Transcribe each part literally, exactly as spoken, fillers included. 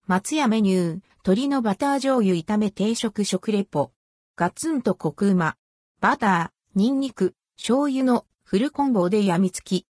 松屋メニュー、鶏のバター醤油炒め定食食レポ。ガツンとコクうま。バター、ニンニク、醤油のフルコンボでやみつき。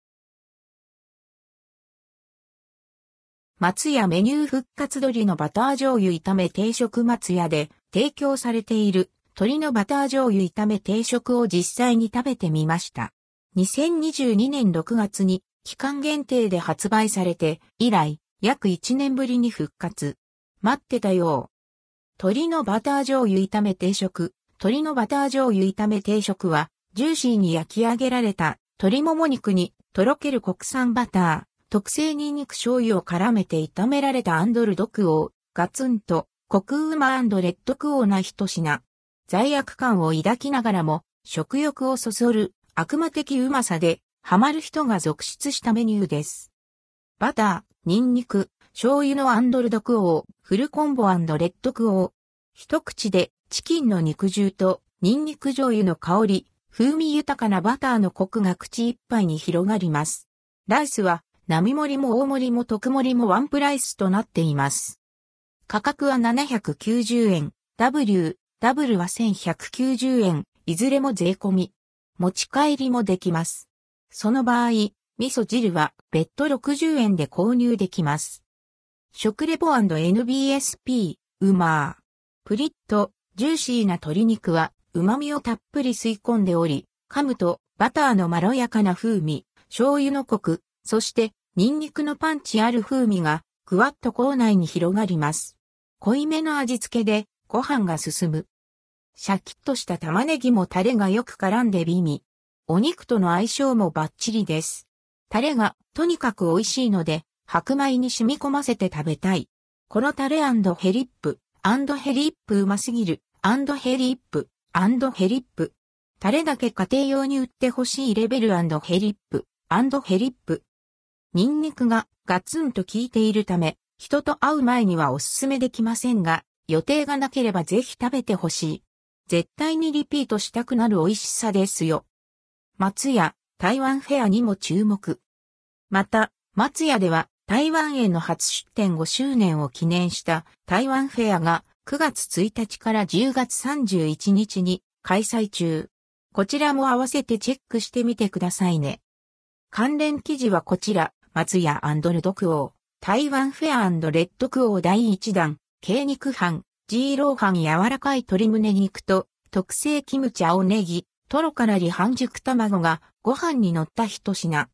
松屋メニュー復活鶏のバター醤油炒め定食松屋で提供されている鶏のバター醤油炒め定食を実際に食べてみました。にせんにじゅうにねんろくがつに期間限定で発売されて以来約いちねんぶりに復活。待ってたよ。鶏のバター醤油炒め定食。鶏のバター醤油炒め定食はジューシーに焼き上げられた鶏もも肉にとろける国産バター。特製ニンニク醤油を絡めて炒められたアンドルドクオー、ガツンと、コクうま&レッドクオーな一品。罪悪感を抱きながらも、食欲をそそる、悪魔的うまさで、ハマる人が続出したメニューです。バター、ニンニク、醤油のアンドルドクオー、フルコンボ&レッドクオー。一口で、チキンの肉汁と、ニンニク醤油の香り、風味豊かなバターのコクが口いっぱいに広がります。ライスは、並盛りも大盛りも特盛りもワンプライスとなっています。価格はななひゃくきゅうじゅうえん、W、ダブルはせんひゃくきゅうじゅうえん、いずれも税込み。持ち帰りもできます。その場合、味噌汁は別途ろくじゅうえんで購入できます。食レポ &エヌビーエスピー、うまー。プリッと、ジューシーな鶏肉は旨味をたっぷり吸い込んでおり、噛むとバターのまろやかな風味、醤油のコク、そして、ニンニクのパンチある風味が、ぐわっと口内に広がります。濃いめの味付けで、ご飯が進む。シャキッとした玉ねぎもタレがよく絡んで美味。お肉との相性もバッチリです。タレが、とにかく美味しいので、白米に染み込ませて食べたい。このタレ&ヘリップ、ヘリップうますぎる、ヘリップ、ヘリップ。タレだけ家庭用に売ってほしいレベル&ヘリップ、ヘリップ。ニンニクがガツンと効いているため、人と会う前にはおすすめできませんが、予定がなければぜひ食べてほしい。絶対にリピートしたくなる美味しさですよ。松屋、台湾フェアにも注目。また、松屋では台湾への初出店ごしゅうねんを記念した台湾フェアがくがつついたちからじゅうがつさんじゅういちにちに開催中。こちらも合わせてチェックしてみてくださいね。関連記事はこちら。松屋&ルドクオー、台湾フェア&レッドクオーだいいちだん、軽肉飯、ジーロー飯柔らかい鶏胸肉と特製キムチ青ネギ、トロからり半熟卵がご飯に乗った一品。